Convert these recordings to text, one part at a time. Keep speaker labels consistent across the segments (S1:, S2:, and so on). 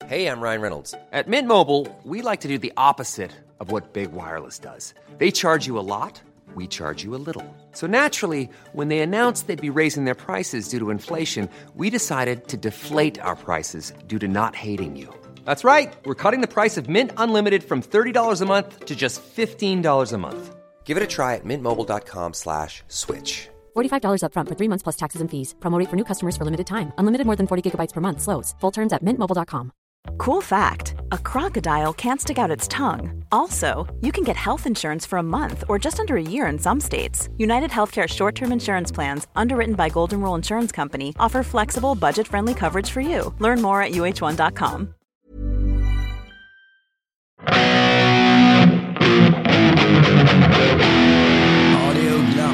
S1: Hey, I'm Ryan Reynolds. At Mint Mobile, we like to do the opposite of what Big Wireless does. They charge you a lot, we charge you a little. So naturally, when they announced they'd be raising their prices due to inflation, we decided to deflate our prices due to not hating you. That's right. We're cutting the price of Mint Unlimited from $30 a month to just $15 a month. Give it a try at mintmobile.com/switch.
S2: $45 up front for 3 months plus taxes and fees. Promo rate for new customers for limited time. Unlimited more than 40 gigabytes per month. Slows full terms at mintmobile.com.
S3: Cool fact, a crocodile can't stick out its tongue. Also, you can get health insurance for a month or just under a year in some states. United Healthcare short-term insurance plans, underwritten by Golden Rule Insurance Company, offer flexible, budget-friendly coverage for you. Learn more at uh1.com.
S4: Ja, det är Uggla.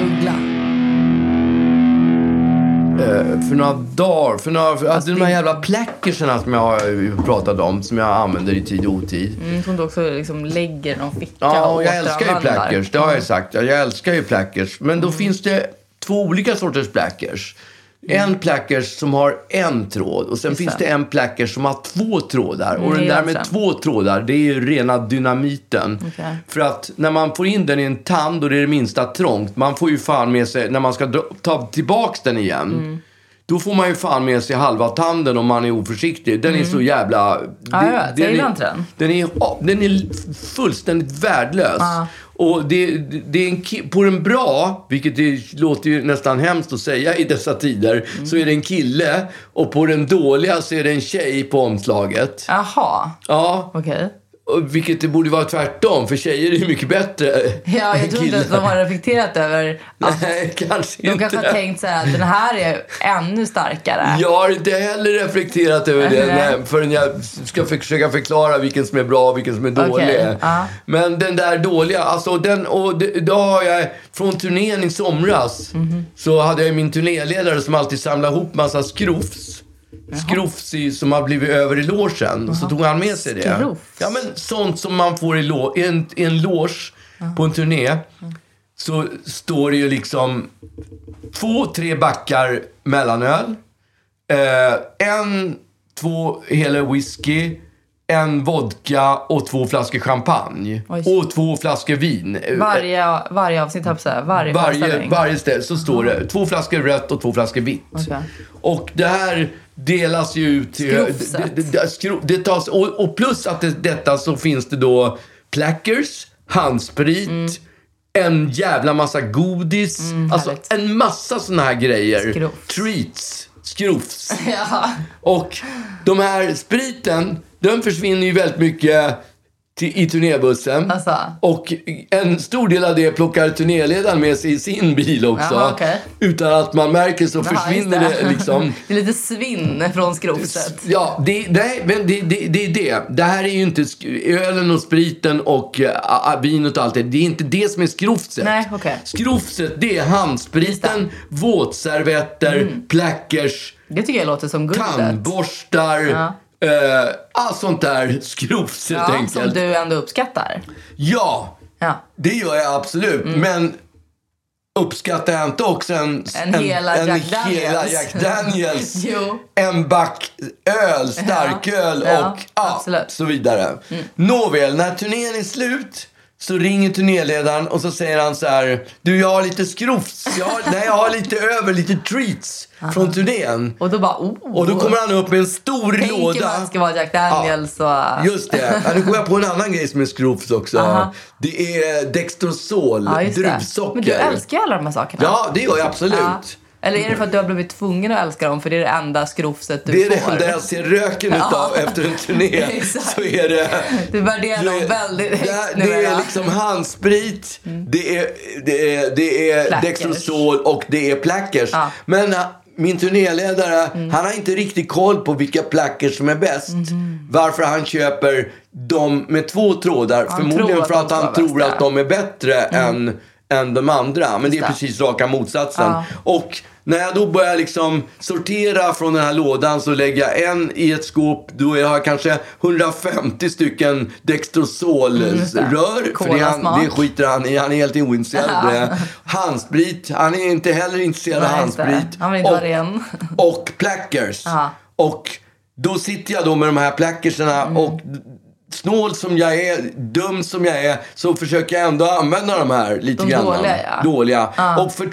S5: För några dagar, alltså de här jävla plackerserna som jag har pratat om, som jag använder i tid och otid.
S6: Som du också liksom lägger någon ficka.
S5: Ja,
S6: och
S5: jag älskar ju plackers, det har jag sagt. Jag älskar ju plackers. Men då finns det 2 olika sorters plackers. En plackers som har en tråd. Och sen finns det en plackers som har 2 trådar. Och den där med 2 trådar, det är ju rena dynamiten.
S6: Okay.
S5: För att när man får in den i en tand och det är det minsta trångt, man får ju fan med sig, när man ska ta tillbaks den igen, då får man ju fan med sig halva tanden om man är oförsiktig. Den är så jävla... Den är fullständigt värdelös. Och det är på den bra, vilket det låter ju nästan hemskt att säga i dessa tider, så är det en kille. Och på den dåliga så är det en tjej på omslaget.
S6: Jaha.
S5: Ja.
S6: Okej.
S5: Vilket det borde vara tvärtom, för tjejer är ju mycket bättre.
S6: Ja, jag tror inte att de har reflekterat över att
S5: nej, kanske inte.
S6: De kanske har tänkt så här att den här är ännu starkare.
S5: Jag har inte heller reflekterat över det förrän jag ska försöka förklara vilken som är bra och vilken som är dålig. Men den där dåliga, alltså då har jag från turnén i somras, så hade jag min turnéledare som alltid samlade ihop massa skrufs som har blivit över i logen. Så tog han med sig det. Ja, men sånt som man får i en loge på en turné. Så står det ju liksom 2-3 backar mellanöl, 1-2 hela whisky, 1 vodka och 2 flaskor champagne. Och 2 flaskor vin.
S6: Varje avsnitt har så här,
S5: varje ställe så står det 2 flaskor rött och 2 flaskor vitt.
S6: Okay.
S5: Och det här delas ju ut till det tas, och plus att detta så finns det då plackers, handsprit, en jävla massa godis, alltså en massa såna här grejer. Treats, skrufs.
S6: Ja.
S5: Och de här spriten, den försvinner ju väldigt mycket i turnébussen. Och en stor del av det plockar turnéledaren med sig i sin bil också.
S6: Jaha, okay.
S5: Utan att man märker så försvinner det liksom.
S6: Det är lite svinn från skrofset.
S5: Ja, det är det. Det här är ju inte ölen och spriten och vinet och allt det. Det är inte det som är skrofset.
S6: Nej, okay.
S5: Skrofset, det är handspriten, våtservetter, plackers.
S6: Det tycker jag låter som guldet.
S5: Tandborstar. Allt sånt där skrofs helt enkelt.
S6: Som du ändå uppskattar.
S5: Ja, det gör jag absolut. Men uppskattar jag inte också en
S6: hela Jack
S5: Daniels en back öl, starköl och så vidare. Nåväl, när turnén är slut så ringer turnéledaren och så säger han så här: du, jag har lite skrofs. Jag har lite treats från turnén.
S6: Och då bara,
S5: och då kommer han upp med en stor låda.
S6: Tänker man ska vara Jack Daniels och...
S5: Just det. Nu kommer jag på en annan grej som är skrofs också. Det är Dextrosol, druvsocker.
S6: Men du älskar ju alla de här sakerna.
S5: Ja, det gör jag absolut.
S6: Eller är det för att du har blivit tvungen att älska dem? För det är det enda skrofset du får.
S5: Det är det enda jag ser röken utav efter en turné. Så är det...
S6: Du värderar dem väldigt högt.
S5: Det är liksom handsprit, det är Dextrosol och det är plackers. Men min turnéledare, han har inte riktigt koll på vilka plackers som är bäst. Varför han köper dem med 2 trådar. Förmodligen för att han tror att de är bättre än de andra. Men det är precis raka motsatsen. Och när jag då börjar liksom sortera från den här lådan, så lägger jag en i ett skåp. Då har jag kanske 150 stycken Dextrosol-rör. För det skiter han i. Han är helt ointresserad. Handsprit. Han är inte heller intresserad av handsprit.
S6: Han vill inte ha ren.
S5: Och plackers. Och då sitter jag då med de här plackerserna och snål som jag är, dum som jag är, så försöker jag ändå använda de här lite grann. Dåliga. Och för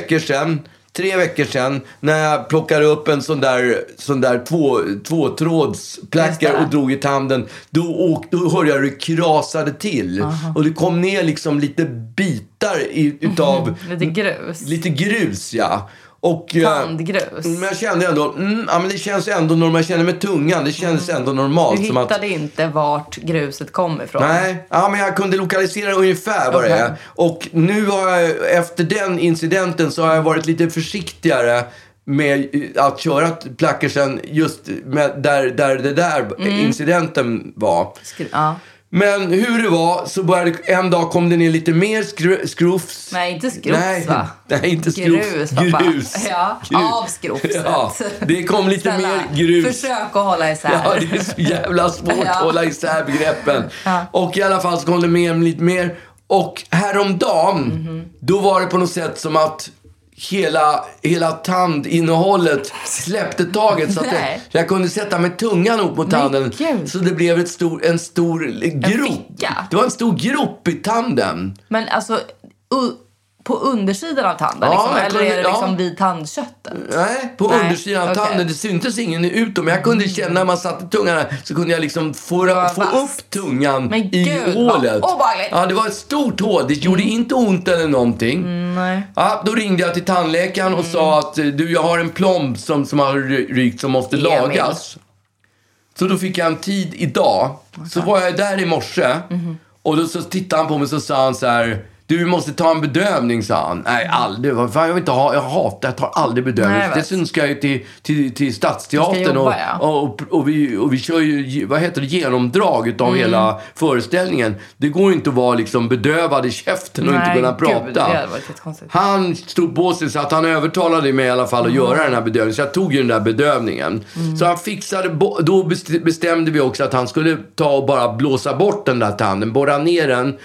S5: 3 veckor sedan när jag plockade upp en sån där tvåtrådsplacker och drog i tanden, då hörde jag det krasade till. Och det kom ner liksom lite bitar utav lite grus, ja. Och
S6: tandgrus.
S5: Men jag kände ändå men det känns ändå normalt. Jag kände med tungan, det känns ändå normalt.
S6: Du hittade inte vart gruset kom ifrån?
S5: Nej, men jag kunde lokalisera ungefär vad det är. Och nu har jag, efter den incidenten, så har jag varit lite försiktigare med att köra plackersen just där det där incidenten var. Men hur det var, så började en dag kom det ner lite mer skrufs.
S6: Nej, inte skrufs, va?
S5: Nej, inte skrufs. Grus.
S6: Ja, av skrufset.
S5: Ja, det kom lite mer grus.
S6: Försök att hålla isär.
S5: Ja, det är så jävla svårt att hålla isär begreppen. Och i alla fall så kom det med lite mer. Och häromdagen, då var det på något sätt som att hela tandinnehållet släppte taget, så att jag kunde sätta med tungan upp mot tanden. Så det blev en stor grop. Det var en stor grop i tanden.
S6: Men alltså på undersidan av tanden liksom, eller är det liksom vid tandköttet?
S5: Nej, på undersidan av tanden. Det syntes ingen ut, men jag kunde känna när man satte tungan här, så kunde jag liksom få upp tungan i hålet. Ja, det var ett stort hål. Det gjorde inte ont eller någonting.
S6: Nej.
S5: Ja, då ringde jag till tandläkaren och sa att jag har en plomb som har rykt som måste lagas. Så då fick jag en tid idag. Så var jag där i morse och då så tittade han på mig och så sa han så här: du måste ta en bedövning, sa han. Nej, aldrig. Vad fan, jag tar aldrig bedövning. Dessutom ska jag till Stadsteatern och vi kör ju, vad heter det, genomdrag utav hela föreställningen. Det går inte att vara liksom bedövad i käften och inte kunna prata. Han stod på sig så att han övertalade mig i alla fall att göra den här bedövningen. Så jag tog ju den där bedövningen. Så han fixade, då bestämde vi också att han skulle ta och bara blåsa bort den där tanden, borra ner den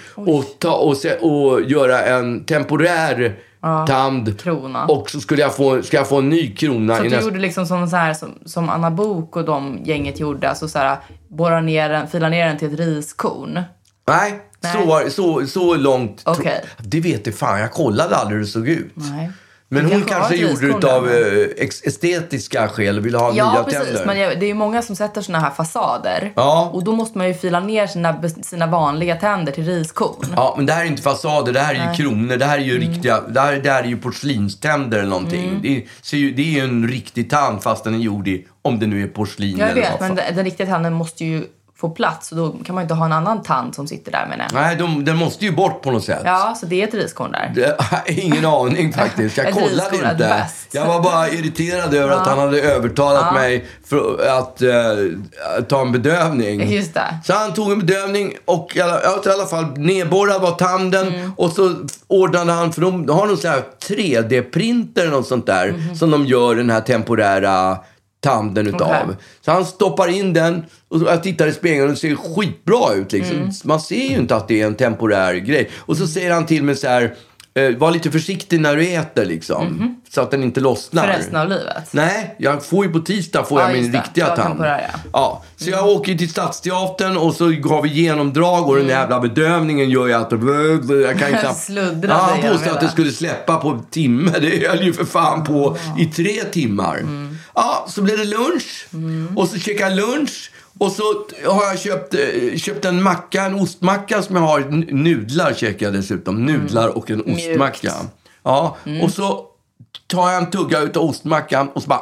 S5: och göra en temporär tand.
S6: Krona.
S5: Och så ska jag få en ny krona.
S6: Så du gjorde liksom så här som Anna Bok och de gänget gjorde, alltså så här, fila ner den till ett riskorn.
S5: Nej. Så långt. Det vet jag fan, jag kollade aldrig hur det såg ut.
S6: Nej.
S5: Men hon kanske gjorde det utav estetiska skäl och ville ha nya tänder. Ja, precis.
S6: Men det är ju många som sätter såna här fasader.
S5: Ja.
S6: Och då måste man ju fila ner sina vanliga tänder till riskorn.
S5: Ja, men det här är inte fasader. Det här är ju kronor. Det här är ju riktiga... Det här är ju porslinständer eller någonting. Det är ju en riktig tand fast den är gjord i... Om det nu är porslin.
S6: Jag vet, men den riktiga tanden måste ju få plats. Och då kan man inte ha en annan tand som sitter där, menar jag.
S5: Nej, den måste ju bort på något sätt.
S6: Ja, så det är ett riskorn där.
S5: Ingen aning faktiskt. Jag kollade inte. Jag var bara irriterad över att han hade övertalat mig för att ta en bedövning.
S6: Just det.
S5: Så han tog en bedövning och i alla fall nedborrad var tanden. Och så ordnade han, för de har någon sån här 3D-printer eller något sånt där som de gör den här temporära tanden utav. Så han stoppar in den och jag tittar i spegeln och det ser skitbra ut liksom. Man ser ju inte att det är en temporär grej. Och så säger han till mig så här: var lite försiktig när du äter liksom. Så att den inte lossnar.
S6: För resten av livet?
S5: Nej, jag får ju på tisdag min riktiga tand. Ja, så jag åker till Stadsteatern och så har vi genomdrag och den jävla bedövningen gör ju att jag kan inte
S6: sluddra.
S5: Ja, han påstod att det skulle släppa på en timme. Det höll ju för fan på i 3 timmar. Ja, så blev det lunch. Och så käkade jag lunch. Och så har jag köpt en ostmacka som jag har. Nudlar käkar jag dessutom. Nudlar och en ostmacka. Ja, och så tar jag en tugga utav ostmackan och så bara...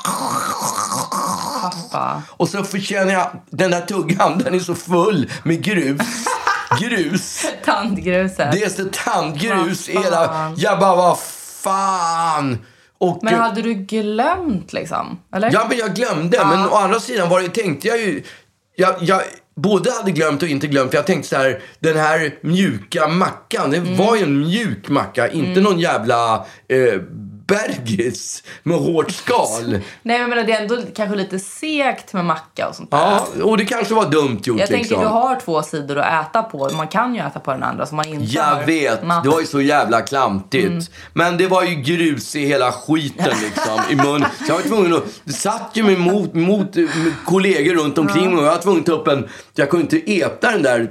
S6: Pappa.
S5: Och så förtjänar jag den där tuggan. Den är så full med grus.
S6: Tandgruset.
S5: Det är så tandgrus. Jag bara, vad fan...
S6: Men hade du glömt liksom? Eller?
S5: Ja, men jag glömde. Men å andra sidan tänkte jag ju... Jag både hade glömt och inte glömt. För jag tänkte så här, den här mjuka mackan. Det var ju en mjuk macka. Inte någon jävla aspergis med hårt skal.
S6: Nej, men det är ändå kanske lite segt med macka och sånt där.
S5: Ja, och det kanske var dumt gjort.
S6: Jag tänker du har 2 sidor att äta på. Man kan ju äta på den andra så man inte
S5: Jag vet, det var ju så jävla klantigt. Men det var ju grus i hela skiten liksom, i munnen. Så jag var tvungen att, det satt ju mig mot kollegor runt omkring mig. Och jag var tvungen att ta upp jag kunde inte äta den där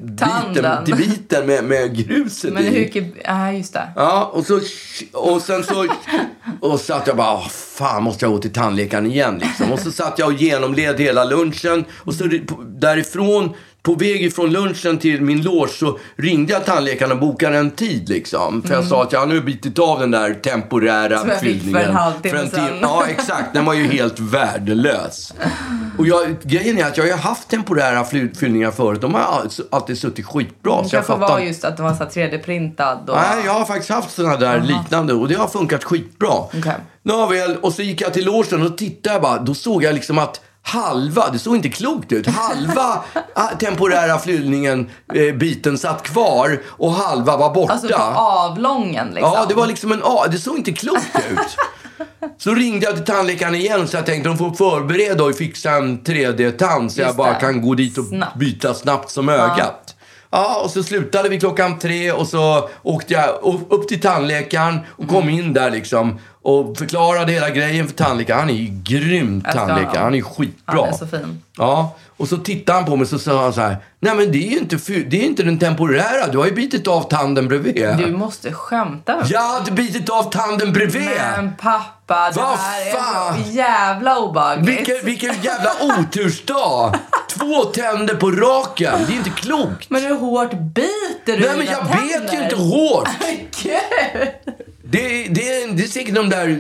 S5: biten med gruset
S6: men
S5: i.
S6: Just det.
S5: Ja, och sen så satt jag bara, fan måste jag gå till tandläkaren igen liksom. Och så satt jag och genomled hela lunchen. Och så därifrån, på väg ifrån lunchen till min loge så ringde jag tandläkaren och bokade en tid liksom. För jag sa att jag har nu bitit av den där temporära fyllningen. Som jag fick för en halvtimme sedan. Ja, exakt. Den var ju helt värdelös. Och grejen är att jag har haft temporära fyllningar förut. De har alltid suttit skitbra.
S6: Så jag var just att de var så 3D-printad.
S5: Nej, jag har faktiskt haft sådana där liknande. Och det har funkat skitbra.
S6: Okay.
S5: Och så gick jag till logen och tittade bara. Då såg jag liksom att det såg inte klokt ut. Halva temporära fyllningen biten satt kvar och halva var borta.
S6: Alltså på avlången liksom.
S5: Ja, det var liksom det såg inte klokt ut. Så ringde jag till tandläkaren igen så jag tänkte de får förbereda och fixa en 3D-tand så jag bara kan gå dit och byta snabbt som ögat. Ja, och så slutade vi 3:00 och så åkte jag upp till tandläkaren och kom in där liksom och förklarade hela grejen för tandläkaren. Han är ju grym tandläkare, han är skitbra.
S6: Han är så fin.
S5: Ja, och så tittade han på mig och så sa han så här: nej men det är inte den temporära, du har ju bitit av tanden bredvid.
S6: Du måste skämta.
S5: Jag hade bitit av tanden bredvid.
S6: Men pappa, det här är så jävla obehagligt.
S5: Vilken jävla otursdag. 2 tänder på raken, det är inte klokt.
S6: Men hur hårt biter du?
S5: Nej men jag vet ju inte hårt.
S6: Gud.
S5: Det är säkert de där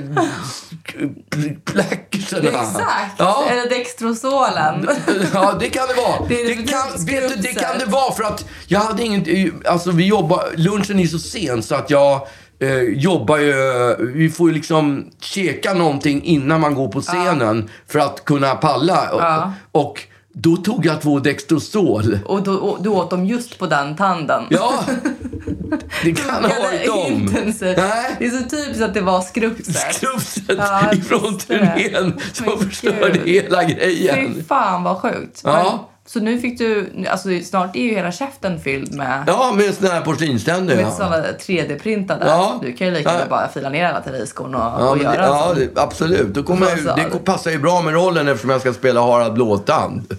S5: plackerserna.
S6: Exakt, eller dextrosolen.
S5: Ja, det kan det vara. Det kan det vara för att jag hade alltså lunchen är så sen så att jag jobbar ju, vi får ju liksom käka någonting innan man går på scenen för att kunna palla. Och då tog jag 2 Dextrosol. Och
S6: du åt dem just på den tanden.
S5: Ja, det kan ha varit dem.
S6: Det är så typiskt att det var skrupset
S5: ifrån turnén som förstörde hela grejen.
S6: Fy fan vad sjukt.
S5: Ja.
S6: Så nu fick du, alltså snart är ju hela käften fylld med...
S5: Ja, med sådana här porslinständer.
S6: Med sådana 3D-printade. Ja. Du kan ju lika gärna bara fila ner alla till riskorn och göra det.
S5: Ja, absolut. Då det passar ju bra med rollen eftersom jag ska spela Harald Blåtand.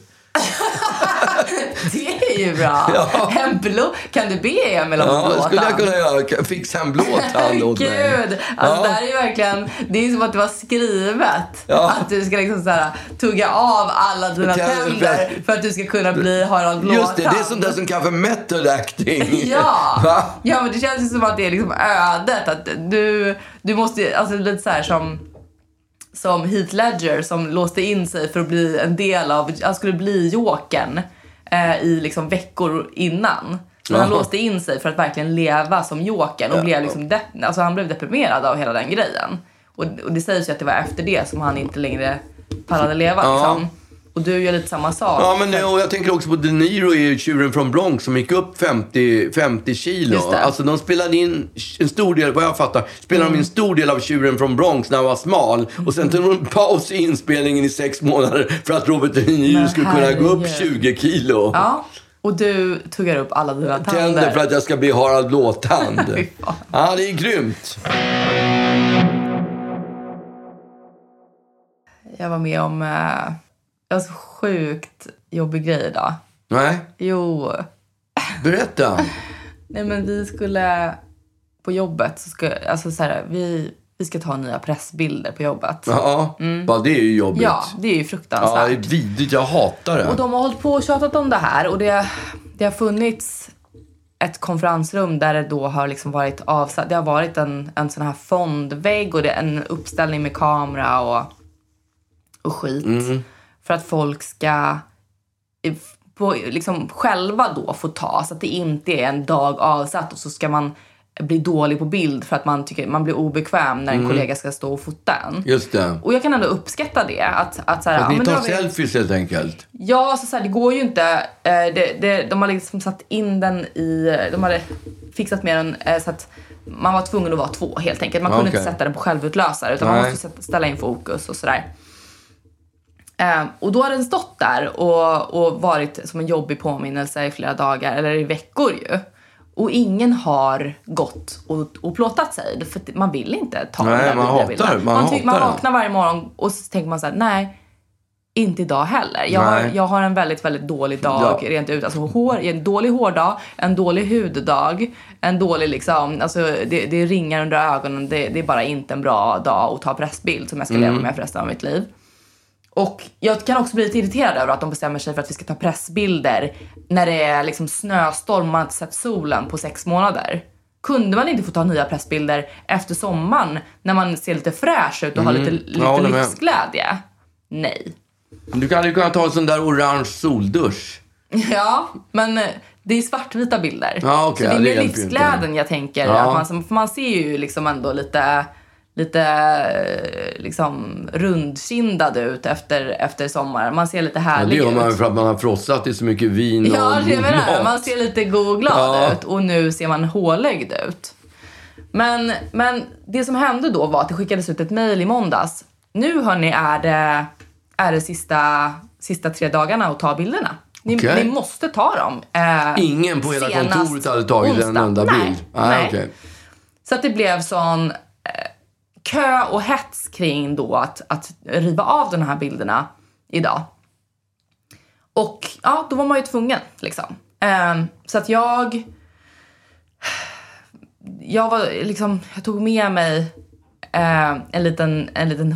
S6: Det är ju bra. Ja. Kan du be Emil om blåtand?
S5: Ja, skulle jag kunna göra. Fixa en blåtand åt mig.
S6: Gud, alltså det här är ju verkligen, det är som att det var skrivet. Att du ska liksom såhär tugga av alla dina tänder för att du ska kunna bli Harald Blåtand.
S5: Just det är sånt där som kallas för method acting.
S6: Ja, men det känns ju som att det är liksom ödet. Att du måste, alltså lite så här som Heath Ledger som låste in sig för att bli en del av, han skulle bli Jokern i liksom veckor innan. Så han låste in sig för att verkligen leva som Jokern och blev liksom alltså han blev deprimerad av hela den grejen. Och det sägs ju att det var efter det som han inte längre pallade leva liksom. Och du gör lite samma sak. Ja,
S5: men och jag tänker också på De Niro i Tjuren från Bronx som gick upp 50 kilo. Alltså de spelade in en stor del, vad jag fattar, spelade de in en stor del av Tjuren från Bronx när han var smal. Och sen tog de en paus i inspelningen i 6 månader för att Robert De Niro skulle kunna gå upp 20 kilo.
S6: Ja, och du tuggar upp alla dina tänder.
S5: För att jag ska bli Harald Blåtand. Ja, det är grymt.
S6: Jag var med om... Det var så sjukt jobbig grej idag.
S5: Nej?
S6: Jo.
S5: Berätta.
S6: Nej, men vi skulle... På jobbet så ska... Alltså så här, vi ska ta nya pressbilder på jobbet.
S5: Ja, det är ju jobbigt.
S6: Ja, det är ju fruktansvärt.
S5: Ja, det är vidrigt. Jag hatar det.
S6: Och de har hållit på och tjatat om det här. Och det har funnits ett konferensrum där det då har liksom varit avsatt. Det har varit en sån här fondvägg och det är en uppställning med kamera och skit. För att folk ska liksom själva då få ta. Så att det inte är en dag avsatt och så ska man bli dålig på bild för att man tycker man blir obekväm när en kollega ska stå och fota en.
S5: Just det.
S6: Och jag kan ändå uppskatta det. Att så här,
S5: att ni tar selfies helt enkelt.
S6: Ja, så här, det går ju inte. De har liksom satt in den i... De hade fixat med den så att man var tvungen att vara 2 helt enkelt. Man kunde inte sätta den på självutlösare utan man måste ställa in fokus och sådär. Och då har den stått där och varit som en jobbig påminnelse i flera dagar eller i veckor ju. Och ingen har gått och plåtat sig. För man vill inte ta den där videobilden. Man vaknar varje morgon och så tänker man så här: nej, inte idag heller. Jag har en väldigt, väldigt dålig dag rent ut. Alltså en dålig hårdag, en dålig huddag, en dålig liksom, alltså det ringar under ögonen. Det är bara inte en bra dag att ta pressbild som jag ska leva med för resten av mitt liv. Och jag kan också bli lite irriterad över att de bestämmer sig för att vi ska ta pressbilder när det är liksom snöstorm, man har inte sett solen på 6 månader. Kunde man inte få ta nya pressbilder efter sommaren när man ser lite fräsch ut och har lite livsglädje? Nej.
S5: Du hade ju kunnat ta en sån där orange soldusch.
S6: Ja, men det är svartvita bilder.
S5: Ja, okay,
S6: så det är med livsglädjen jag tänker. Att man ser ju liksom ändå lite liksom rundkindad ut efter sommaren. Man ser lite härlig ut.
S5: Det gör man för att man har frossat i så mycket vin och mat.
S6: Man ser lite god och glad ut och nu ser man hålögd ut. Men det som hände då var att det skickades ut ett mejl i måndags. Nu hörni är det sista 3 dagarna att ta bilderna. Ni måste ta dem.
S5: Ingen på hela kontoret hade tagit en enda bild.
S6: Nej. Okay. Så att det blev sån kö och hets kring då att riva av de här bilderna idag. Och ja, då var man ju tvungen liksom. Så att jag var liksom, jag tog med mig en liten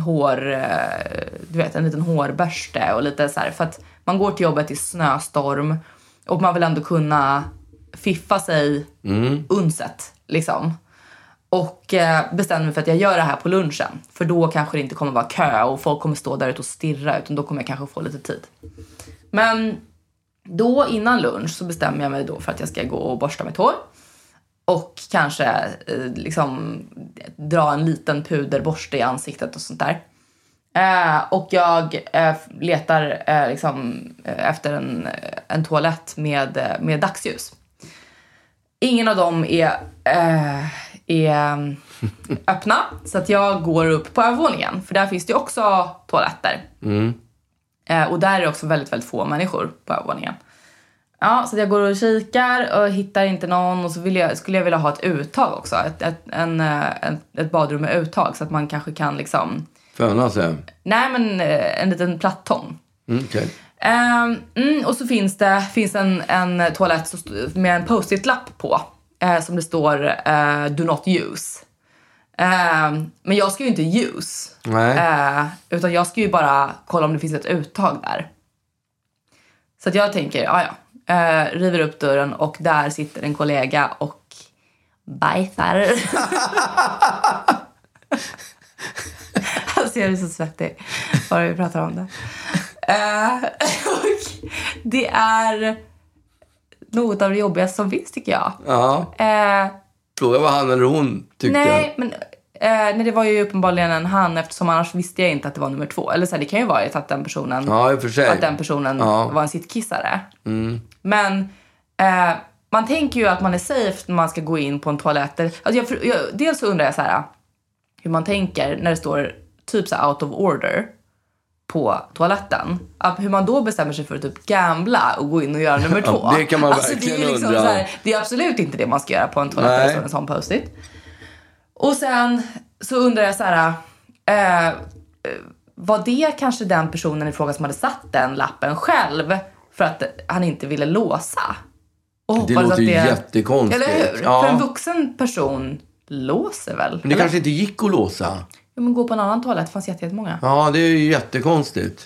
S6: hårbörste och lite så här, för att man går till jobbet i snöstorm och man vill ändå kunna fiffa sig unset liksom. Och bestämde mig för att jag gör det här på lunchen. För då kanske det inte kommer vara kö och folk kommer stå där ute och stirra, utan då kommer jag kanske få lite tid. Men då innan lunch så bestämmer jag mig då för att jag ska gå och borsta mitt hår. Och kanske liksom dra en liten puderborste i ansiktet och sånt där. Och jag letar liksom efter en toalett med dagsljus. Ingen av dem är öppna. Så att jag går upp på övervåningen. För där finns det också toaletter. Och där är det också väldigt, väldigt få människor på övervåningen. Ja, så jag går och kikar och hittar inte någon. Och så skulle jag vilja ha ett uttag också. Ett badrum med uttag. Så att man kanske kan liksom...
S5: Föna sig?
S6: Nej, men en liten plattång.
S5: Okay.
S6: Och så finns en toalett med en post-it-lapp på. Som det står do not use. Men jag ska ju inte use. Utan jag ska ju bara kolla om det finns ett uttag där. Så att jag tänker, river upp dörren och där sitter en kollega och bajsar. Alltså jag är så svettig bara vi pratar om det. Och det är något av det jobbigaste som finns, tycker jag.
S5: Fråga vad han eller hon tyckte.
S6: Nej, men det var ju uppenbarligen en han, eftersom annars visste jag inte att det var nummer 2. Eller så här, det kan ju vara att den personen, var en sittkissare. Men man tänker ju att man är safe när man ska gå in på en toalett. Alltså dels så undrar jag så här, hur man tänker när det står typ så out of order på toaletten. Hur man då bestämmer sig för att typ gambla och gå in och göra nummer 2.
S5: Det kan man verkligen
S6: det är liksom
S5: undra.
S6: Så här, det är absolut inte det man ska göra på en toalett. Där står en sån post-it. Och sen så undrar jag så här, var det kanske den personen i fråga som hade satt den lappen själv för att han inte ville låsa? Och
S5: det låter ju jättekonstigt.
S6: Eller hur? Ja. För en vuxen person låser väl?
S5: Men det kanske inte gick att låsa.
S6: Ja, men gå på en annan toalett, det fanns jättemånga.
S5: Ja, det är ju jättekonstigt.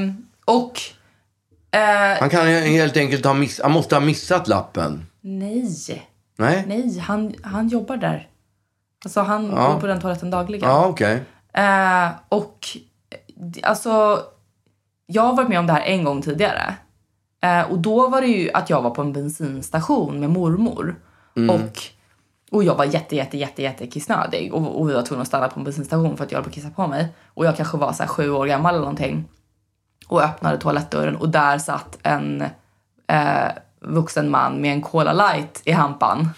S5: Han kan helt enkelt han måste ha missat lappen. Nej,
S6: han jobbar där. Alltså han går på den toaletten dagligen.
S5: Ja, okej.
S6: Och alltså jag har varit med om det här en gång tidigare. Och då var det ju att jag var på en bensinstation med mormor. Och jag var jätte kissnödig. Och vi var tvungna att stanna på en bensinstation för att jag höll på att kissa på mig. Och jag kanske var så här 7 år gammal eller någonting. Och öppnade toalettdörren. Och där satt en vuxen man med en Cola Light i hampan.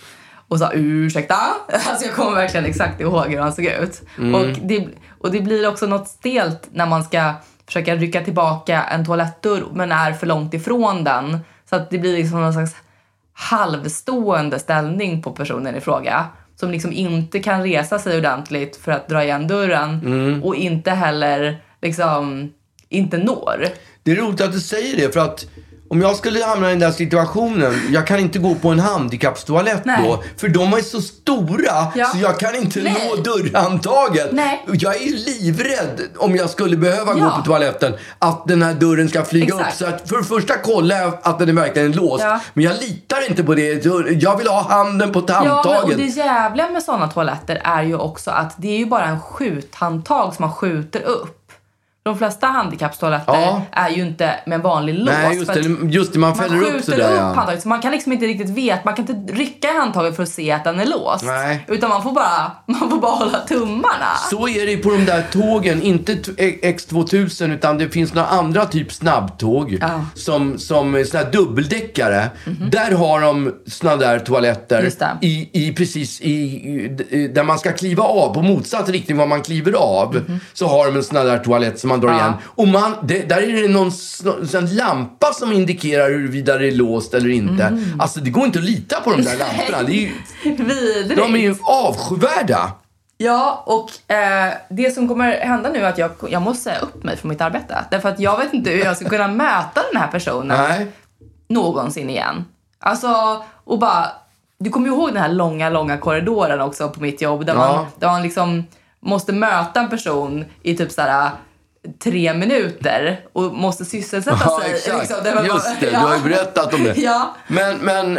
S6: och sa ursäkta. Alltså jag kommer verkligen exakt ihåg hur han såg ut. Och det blir också något stelt när man ska försöka rycka tillbaka en toalettdörr men är för långt ifrån den. Så att det blir liksom någon slags halvstående ställning på personen i fråga. Som liksom inte kan resa sig ordentligt för att dra igen dörren. Och inte heller liksom inte når.
S5: Det är roligt att du säger det, för att om jag skulle hamna i den där situationen, jag kan inte gå på en handikappstoalett då. För de är så stora så jag kan inte nå dörrhandtaget.
S6: Nej.
S5: Jag är ju livrädd om jag skulle behöva gå på toaletten att den här dörren ska flyga upp. Så att för det första kollar jag att den är verkligen låst. Men jag litar inte på det. Jag vill ha handen på handtaget.
S6: Ja, och det jävliga med sådana toaletter är ju också att det är ju bara en skjuthandtag som man skjuter upp. De flesta handikappstoaletter är ju inte med en vanlig lås. Nej,
S5: just det, man fäller upp sådär. Man skjuter upp
S6: handtaget, så man kan liksom inte riktigt veta. Man kan inte rycka i handtaget för att se att den är låst.
S5: Nej.
S6: Utan man får bara hålla tummarna.
S5: Så är det på de där tågen. Inte X2000, utan det finns några andra typ snabbtåg. Som såna här dubbeldäckare. Där har de såna där toaletter. Precis där man ska kliva av. På motsatt riktning vad man kliver av. Så har de en sån där toalett som man drar igen. Och där är det någon lampa som indikerar huruvida det är låst eller inte. Alltså det går inte att lita på de där lamporna. Det är ju, de är ju avskyvärda.
S6: Ja, och det som kommer hända nu är att jag måste säga upp mig från mitt arbete. Därför att jag vet inte hur jag ska kunna möta den här personen någonsin igen. Alltså, och bara... Du kommer ju ihåg den här långa korridoren också på mitt jobb. Där man liksom måste möta en person i typ såhär 3 minuter och måste sysselsätta sig.
S5: Exakt.
S6: Liksom,
S5: just det, du har ju berättat om det. Men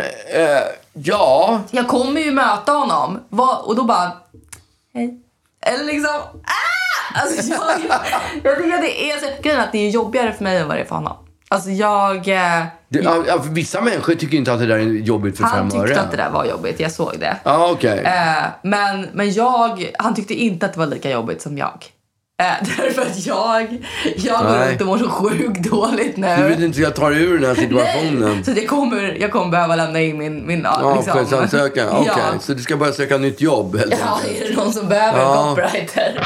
S6: jag kommer ju möta honom. Och då bara, hej. Eller liksom, Alltså jag tycker att det är så... Grejen är att det är jobbigare för mig än vad det är för honom. Alltså
S5: vissa människor tycker inte att det där är jobbigt för 5 öre.
S6: Han tyckte att det där var jobbigt, jag såg det.
S5: Okej.
S6: Men han tyckte inte att det var lika jobbigt som jag. Därför att jag går runt och mår så sjukt dåligt nu.
S5: Du vet inte hur jag tar ur den här situationen.
S6: Nej. Så jag kommer behöva lämna in min
S5: chefsansökan. Okej. Så du ska bara söka nytt jobb helt enkelt.
S6: Ja, är det någon som behöver en copywriter?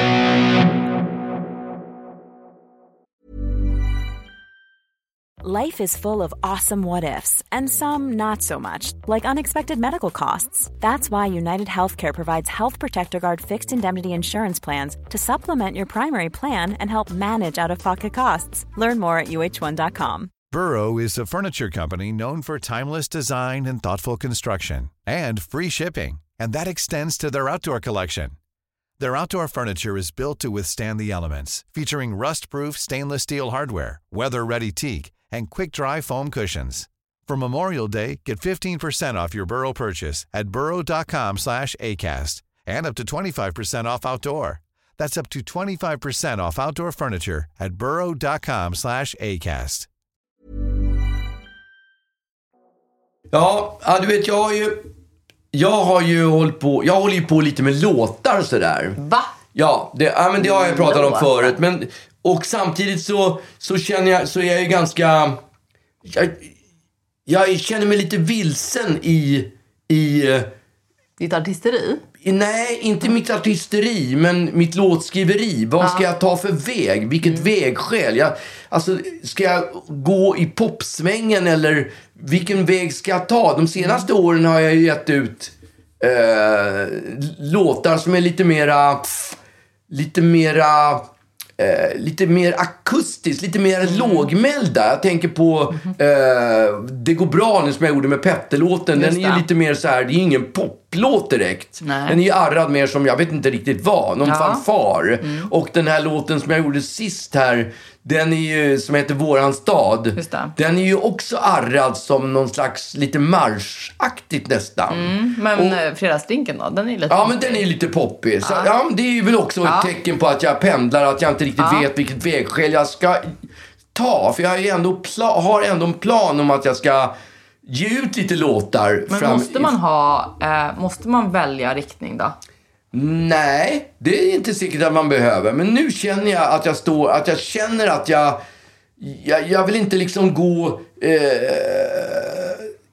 S3: Life is full of awesome what-ifs, and some not so much, like unexpected medical costs. That's why United Healthcare provides Health Protector Guard fixed indemnity insurance plans to supplement your primary plan and help manage out-of-pocket costs. Learn more at uh1.com.
S7: Burrow is a furniture company known for timeless design and thoughtful construction, and free shipping, and that extends to their outdoor collection. Their outdoor furniture is built to withstand the elements, featuring rust-proof stainless steel hardware, weather-ready teak, and quick-dry foam cushions. For Memorial Day, get 15% off your Burrow purchase at burrow.com/acast and up to 25% off outdoor. That's up to 25% off outdoor furniture at burrow.com/acast.
S5: Ja, du vet, jag håller ju på lite med låtar och sådär.
S6: Va?
S5: Ja, det har jag pratat om förut. Och samtidigt så känner jag, så är jag ju ganska... Jag känner mig lite vilsen i
S6: ditt artisteri?
S5: Nej, inte mitt artisteri, men mitt låtskriveri. Vad ska jag ta för väg? Vilket vägskäl? Ska jag gå i popsvängen eller vilken väg ska jag ta? De senaste åren har jag ju gett ut låtar som är lite mer akustiskt, lite mer lågmälda. Jag tänker på Det går bra nu som jag gjorde med Petter-låten. Den är ju lite mer så här, det är ingen poplåt direkt. Nej. Den är ju arrad mer som, jag vet inte riktigt vad, någon fanfar. Och den här låten som jag gjorde sist här, den är ju, som heter Våran stad. Den är ju också arrad som någon slags lite marschaktigt nästan.
S6: Men fredagsdrinken då, den är lite
S5: men den är lite poppig. Så, det är ju väl också ett tecken på att jag pendlar, att jag inte riktigt vet vilket vägskäl jag ska ta. För jag har ändå en plan om att jag ska ge ut lite låtar.
S6: Men måste man välja riktning då?
S5: Nej, det är inte säkert att man behöver. Men nu känner jag att jag vill inte liksom gå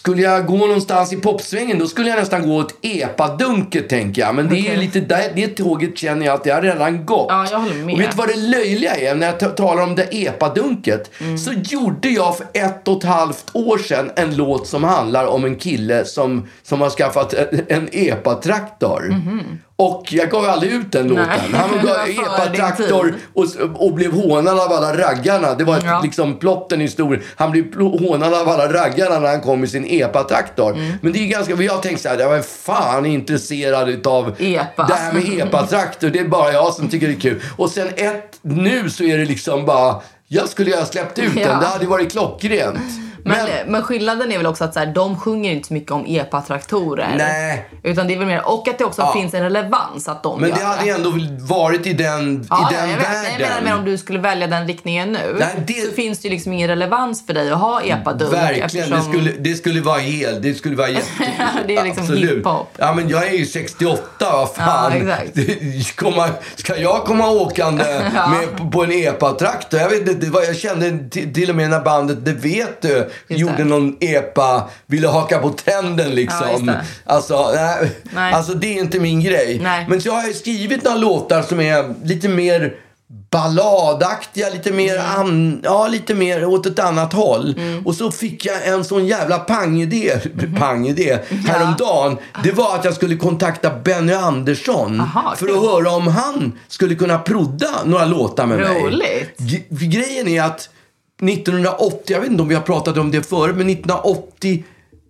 S5: skulle jag gå någonstans i popsvängen, då skulle jag nästan gå åt epadunket, tänker jag. Men det är lite där, det tåget känner jag att det har redan gått.
S6: Ja, jag håller med.
S5: Och vet du vad det löjliga är? När jag talar om det epadunket, så gjorde jag för 1,5 år sedan en låt som handlar om en kille som har skaffat en epatraktor. Och jag gav aldrig ut den låten. Han gav epatraktor och blev hånad av alla raggarna. Det var liksom plotten i historien. Han blev hånad av alla raggarna när han kom med sin epatraktor. Men det är ganska... Jag tänkte så här, jag var fan intresserad av det här med epatraktor. Det är bara jag som tycker det är kul. Och sen nu så är det liksom bara... Jag skulle ha släppt ut den. Det hade varit klockrent.
S6: Men skillnaden är väl också att så här, de sjunger inte så mycket om epatraktorer.
S5: Nej.
S6: Utan det är väl mer, och att det också finns en relevans att de
S5: men
S6: gör
S5: det hade ändå varit i den världen.
S6: Jag menar, men om du skulle välja den riktningen nu, så finns det ju liksom ingen relevans för dig att ha epadunk.
S5: Verkligen,
S6: eftersom...
S5: det skulle vara det skulle vara
S6: det är liksom
S5: absolut.
S6: hiphop.
S5: Ja, men jag är ju 68, vad fan.
S6: Ja, exakt.
S5: Ska jag komma åkande på en epatraktor? Jag vet inte, jag kände till och med när bandet, det vet du, gjorde någon epa, ville haka på trenden liksom. Alltså det är inte min grej.
S6: Nej.
S5: Men så har jag skrivit några låtar som är lite mer balladaktiga, lite mer lite mer åt ett annat håll. Och så fick jag en sån jävla pangidé häromdagen. Det var att jag skulle kontakta Benny Andersson för att höra om han skulle kunna prodda några låtar med mig.
S6: Roligt.
S5: Grejen är att 1980, jag vet inte om vi har pratat om det förut, men 1988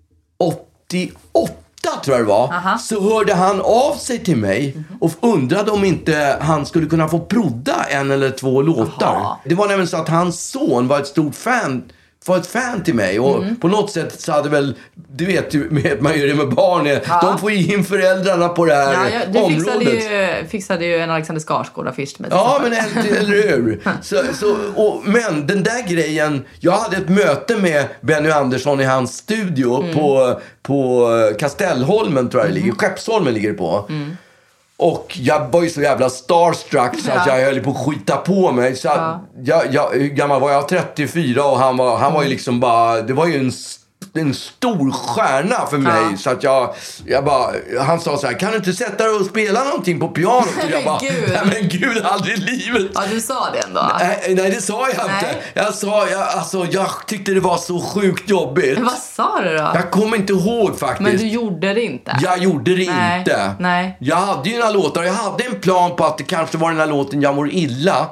S5: tror jag det var, så hörde han av sig till mig och undrade om inte han skulle kunna få prodda 1 eller 2 låtar. Det var nämligen så att hans son var ett stort fan till mig och på något sätt så hade väl, du vet ju, man gör det med barn, de får ju in föräldrarna på det här området.
S6: Du fixade ju en Alexander Skarsgård-affisch med.
S5: Ja, men eller hur? Men den där grejen, jag hade ett möte med Benny Andersson i hans studio på Kastellholmen, tror jag det ligger. Skeppsholmen ligger det på. Och jag var ju så jävla starstruck så att jag höll på att skita på mig. Så hur gammal var jag? 34 och han var ju liksom bara... Det var ju en stor stjärna för mig. Så att jag bara... Han sa så här, kan du inte sätta dig och spela någonting på pianot? Och jag bara, nej men gud, aldrig i livet.
S6: Ja, du sa det ändå.
S5: Nej, det sa jag inte. Jag tyckte det var så sjukt jobbigt.
S6: Men vad sa du då?
S5: Jag kommer inte ihåg faktiskt. Men
S6: du gjorde det inte? Jag
S5: gjorde det inte.
S6: Nej.
S5: Jag hade ju några låtar. Jag hade en plan på att det kanske var den här låten Jag mår illa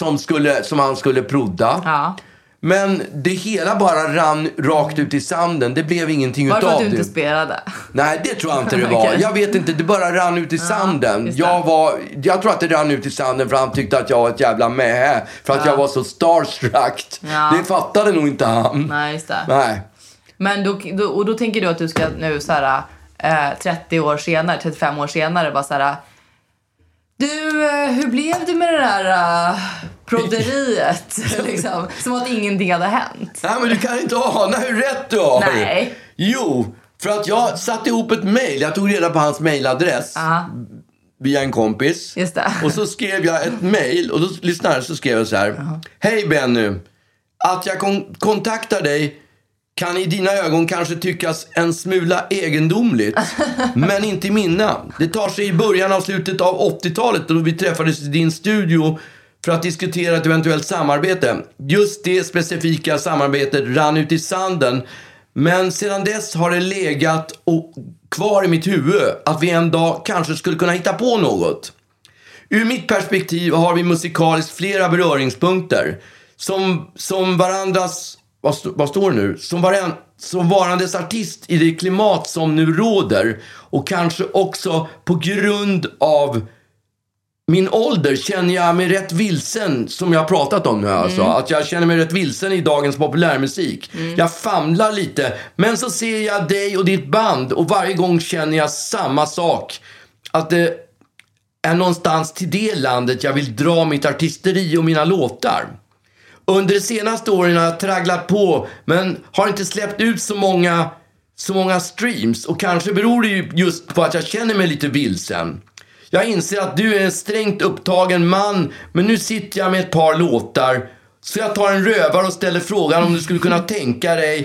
S5: som han skulle prodda. Ja. Men det hela bara rann rakt ut i sanden. Det blev ingenting utav det.
S6: Varför att du inte spelade?
S5: Nej, det tror jag inte det var. Okay. Jag vet inte, det bara rann ut i sanden. Jag tror att det rann ut i sanden för han tyckte att jag var ett jävla mähä. För att jag var så starstruck. Ja. Det fattade nog inte han.
S6: Nej, just det.
S5: Nej.
S6: Men då tänker du att du ska nu så här 30 år senare, 35 år senare bara så här... Du, hur blev det med det där proderiet? Liksom, som att ingenting hade hänt.
S5: Nej, men du kan inte ana hur rätt du har.
S6: Nej.
S5: Jo, för att jag satte ihop ett mejl. Jag tog reda på hans mejladress via en kompis.
S6: Just det.
S5: Och så skrev jag ett mejl. Och då så skrev jag så här. Hej Benny, att jag kontaktar dig kan i dina ögon kanske tyckas en smula egendomligt, men inte i mina. Det tar sig i början av slutet av 80-talet då vi träffades i din studio för att diskutera ett eventuellt samarbete. Just det specifika samarbetet rann ut i sanden, men sedan dess har det legat kvar i mitt huvud att vi en dag kanske skulle kunna hitta på något. Ur mitt perspektiv har vi musikaliskt flera beröringspunkter som varandras... Vad står det nu? Som varandes artist i det klimat som nu råder. Och kanske också på grund av min ålder känner jag mig rätt vilsen, som jag har pratat om nu alltså. Att jag känner mig rätt vilsen i dagens populärmusik. Jag famlar lite. Men så ser jag dig och ditt band och varje gång känner jag samma sak. Att det är någonstans till det landet jag vill dra mitt artisteri och mina låtar. Under de senaste åren har jag tragglat på, men har inte släppt ut så många streams. Och kanske beror det ju just på att jag känner mig lite vilsen. Jag inser att du är en strängt upptagen man, men nu sitter jag med ett par låtar. Så jag tar en rövare och ställer frågan om du skulle kunna tänka dig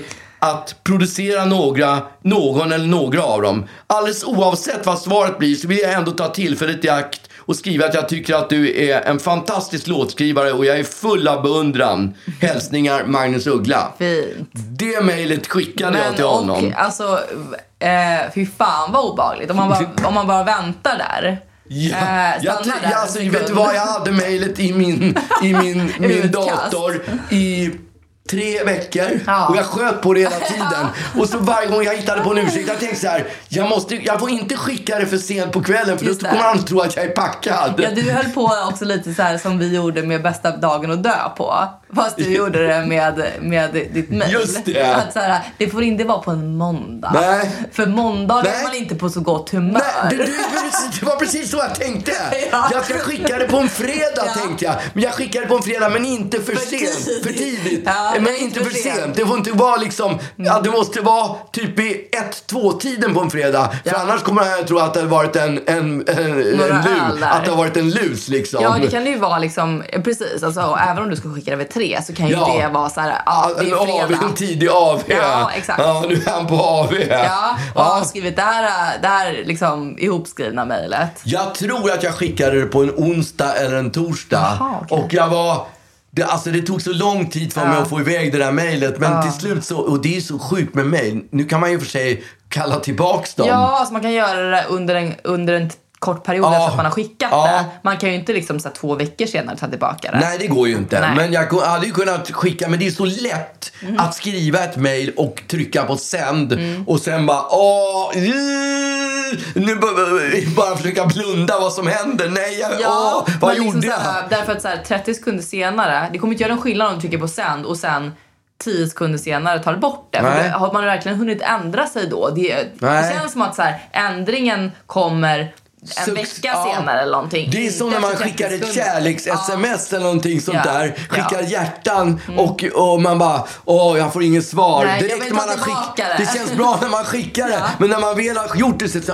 S5: att producera någon eller några av dem. Alldeles oavsett vad svaret blir så vill jag ändå ta tillfället i akt och skriva att jag tycker att du är en fantastisk låtskrivare och jag är full av beundran. Hälsningar Magnus Uggla.
S6: Fint.
S5: Det mejlet skickade jag till honom.
S6: Och, alltså, fy fan vad obehagligt. Om man bara väntar där.
S5: Vet du vad, jag hade mejlet i min dator i 3 veckor och jag sköt på det hela tiden. Och så varje gång jag hittade på en ursäkt, jag tänkte så här: jag får inte skicka det för sent på kvällen, för då kommer han tro att jag är packad.
S6: Ja, du höll på också lite så här som vi gjorde med bästa dagen att dö på. Fast du gjorde det med ditt mejl.
S5: Just det.
S6: Att så här, det får inte vara på en måndag.
S5: Nej.
S6: För måndag är man inte på så gott humör.
S5: Nej, det var precis så jag tänkte. Ja. Jag ska skicka det på en fredag, tänkte jag. Men jag skickar det på en fredag, men inte för sent. För tidigt. Ja, men inte för sent. Det får inte vara liksom... Ja, det måste vara typ i 1-2-tiden på en fredag. För annars kommer jag tro att det har varit en lus. Att det har varit en lus liksom.
S6: Ja, det kan ju vara liksom... Precis, alltså, även om du ska skicka det vid 3 så kan ju det vara så här... det är fredag.
S5: En tidig AV.
S6: Ja, exakt.
S5: Ja, nu är han på AV.
S6: Ja, och har skrivit det här liksom ihopskrivna mejlet.
S5: Jag tror att jag skickade det på en onsdag eller en torsdag.
S6: Aha, okay.
S5: Och jag var... Det tog så lång tid för mig att få iväg det där mejlet. Men till slut så... Och det är så sjukt med mejl. Nu kan man ju för sig kalla tillbaks dem.
S6: Ja, alltså man kan göra det under en kort period efter att man har skickat det. Man kan ju inte liksom så 2 veckor senare ta tillbaka det.
S5: Nej, det går ju inte.
S6: Nej.
S5: Men jag hade ju kunnat skicka. Men det är så lätt att skriva ett mejl och trycka på sänd. Och sen bara... nu bara försöka blunda vad som händer. Nej, vad gjorde
S6: liksom
S5: jag?
S6: Såhär, därför att så här, 30 sekunder senare, det kommer inte göra en skillnad om du trycker på sänd och sen 10 sekunder senare tar bort det. För har man verkligen hunnit ändra sig då? Det känns som att så här, ändringen kommer en vecka senare eller någonting.
S5: Det är som när man skickar ett kärleks-sms eller någonting sånt där. Skickar hjärtan och man bara, jag får inget svar.
S6: Nej,
S5: direkt när man har skickat det känns bra när man skickar det. Men när man väl har gjort det så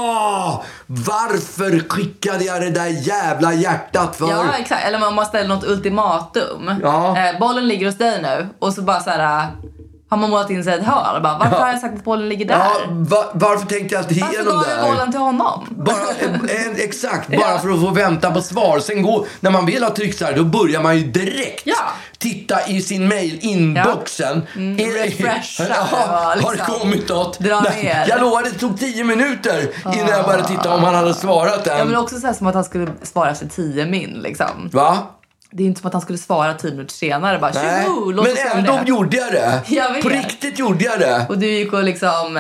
S5: varför skickade jag det där jävla hjärtat för?
S6: Ja, exakt. Eller om man ställer något ultimatum. Bollen ligger hos dig nu. Och så bara så här... Har man målat in sig ett hörn? Varför har jag sagt att bollen ligger där?
S5: Varför tänkte jag inte igenom där?
S6: Varför gav jag bollen till honom?
S5: Exakt, bara för att få vänta på svar. Sen när man vill ha tryckt så här, då börjar man ju direkt titta i sin mail-inboxen.
S6: Refresha.
S5: Har det kommit något? Jag lovade, det tog 10 minuter innan jag började titta om han hade svarat än.
S6: Ja, men också så här som att han skulle svara efter 10 min, liksom.
S5: Va?
S6: Det är inte som att han skulle svara 10 minuter senare. Bara,
S5: men ändå gjorde jag det. På riktigt gjorde jag det.
S6: Och du gick och liksom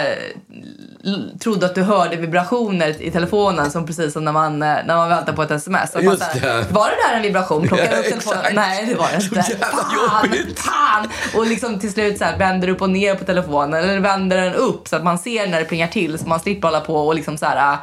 S6: trodde att du hörde vibrationer i telefonen, som precis som när man väntar på ett sms.
S5: Just det.
S6: Var det där en vibration? Plockade upp telefonen? Nej, det var det inte. Fan! Och liksom till slut så här, vänder upp och ner på telefonen. Eller vänder den upp så att man ser när det plingar till, så man slipper hålla på och liksom så här...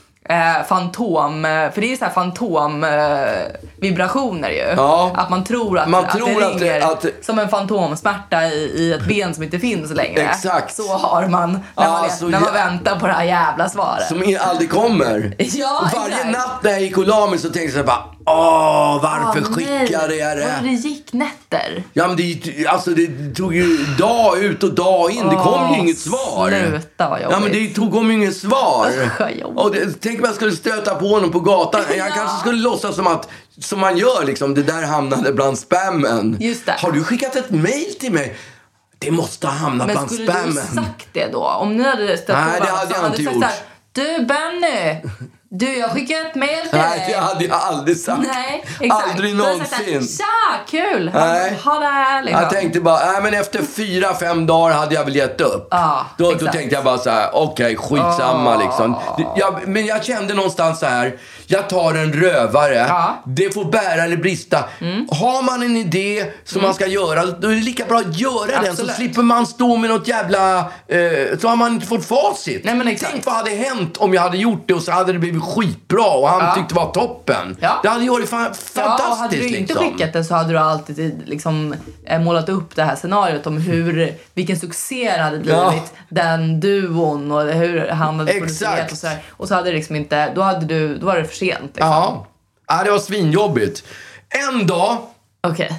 S6: fantom, för det är så här fantom vibrationer ju. Att man tror att det ringer som en fantomsmärta i ett ben som inte finns längre.
S5: Exakt.
S6: Så har man när man väntar på det här jävla svaret
S5: som aldrig kommer. Varje natt när jag gick och la mig så tänkte jag bara, varför skickade jag det?
S6: Det gick nätter.
S5: Ja, men det tog ju dag ut och dag in. Det kom ju inget svar.
S6: Sluta vad jobbigt.
S5: Ja, men det kom ju inget svar. Och tänk om jag skulle stöta på honom på gatan. Jag kanske skulle låtsas som man gör liksom. Det där hamnade bland spammen.
S6: Just det.
S5: Har du skickat ett mejl till mig? Det måste ha hamnat bland spammen.
S6: Men skulle du sagt det då? Om ni hade stött på varandra.
S5: Nej, det hade jag inte gjort.
S6: Du, Benny, jag skickar ett mejl till dig.
S5: Nej, det hade jag aldrig sagt.
S6: Nej, exakt.
S5: Aldrig någonsin.
S6: Tja, kul. Ha det här, liksom.
S5: Jag tänkte bara, men efter 4-5 dagar hade jag väl gett upp. Då tänkte jag bara så här, okej, skitsamma liksom. Men jag kände någonstans så här, jag tar en rövare. Det får bära eller brista. Har man en idé som man ska göra, då är det lika bra att göra den. Så slipper man stå med något jävla... så har man inte fått facit.
S6: Nej, men exakt.
S5: Tänk vad hade hänt om jag hade gjort det och så hade det blivit skitbra och han tyckte det var toppen. Det hade varit fantastiskt.
S6: Hade du inte skickat det så hade du alltid liksom målat upp det här scenariot om vilken succé det hade blivit, den duon, och hur han hade producerat och så här. Och så hade det liksom inte, då var det för sent liksom.
S5: Ja, det var svinjobbigt. En dag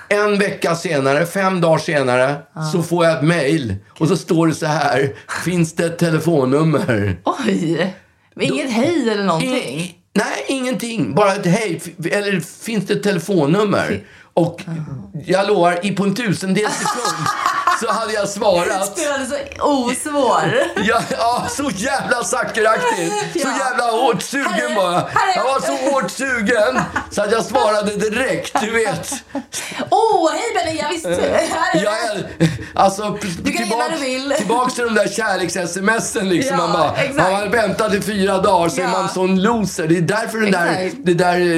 S5: En vecka senare, 5 dagar senare, så får jag ett mejl. Och så står det så här: finns det ett telefonnummer?
S6: Oj! Inget hej eller någonting?
S5: Nej, ingenting. Bara ett hej. Eller finns det ett telefonnummer? Och jag lovar, på en 1000-dels sekund så hade jag svarat.
S6: Spelade så osvår.
S5: Ja, så jävla sackeraktigt. Så jävla hårt sugen var jag. Jag var så hårt sugen så att jag svarade direkt, du vet.
S6: Hej Benny, jag visste.
S5: Alltså,
S6: du kan när du vill.
S5: Tillbaks till de där kärleks-sms'en liksom. Man har väntat i 4 dagar så är man sån loser. Det är därför det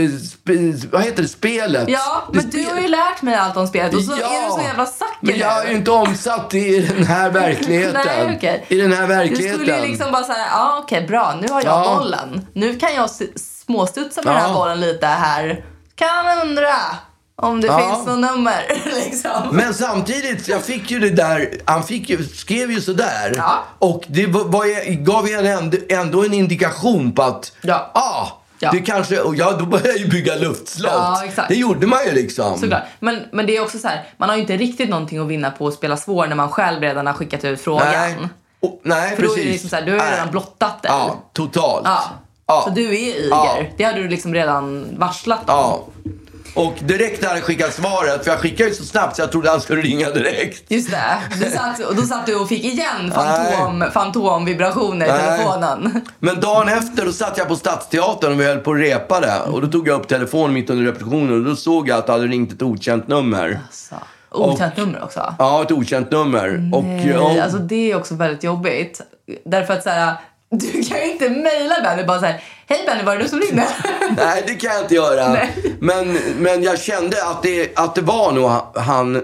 S5: där vad heter det, spelet?
S6: Ja, men du har ju lärt mig allt om spelet och så är du så jävla sacker.
S5: Men jag har ju inte omsatt i den här verkligheten.
S6: Nej, okej.
S5: I den här verkligheten.
S6: Du skulle liksom bara säga, okej, bra, nu har jag bollen. Nu kan jag småstudsa med den här bollen lite här. Kan undra om det finns någon nummer liksom. Men
S5: samtidigt, jag fick ju det där. Han skrev ju sådär. Ja. Och det gav ändå en indikation på att det kanske, då började jag ju bygga luftslott. Ja, exakt. Det gjorde man ju liksom.
S6: Såklart. Men det är också så här, man har ju inte riktigt någonting att vinna på att spela svår när man själv redan har skickat ut frågan.
S5: Nej,
S6: för
S5: precis.
S6: Då är det liksom så här, du har ju redan blottat det.
S5: Ja, totalt.
S6: Ja. Så du är iger. Ja. Det har du liksom redan varslat.
S5: Ja. Och direkt när han skickade svaret, för jag skickade ju så snabbt så jag trodde han skulle ringa direkt.
S6: Just det. Då satt du och fick igen fantomvibrationer i telefonen.
S5: Men dagen efter då satt jag på Stadsteatern och vi höll på att repa det. Och då tog jag upp telefonen mitt under repetitionen och då såg jag att det hade ringt ett okänt nummer.
S6: Alltså, okänt nummer också?
S5: Ja, ett okänt nummer.
S6: Nej, alltså det är också väldigt jobbigt. Därför att så här, du kan ju inte mejla Benny bara så här: hej Benny, var det du som ringde?
S5: Nej, det kan jag inte göra. Men jag kände att det var nog han.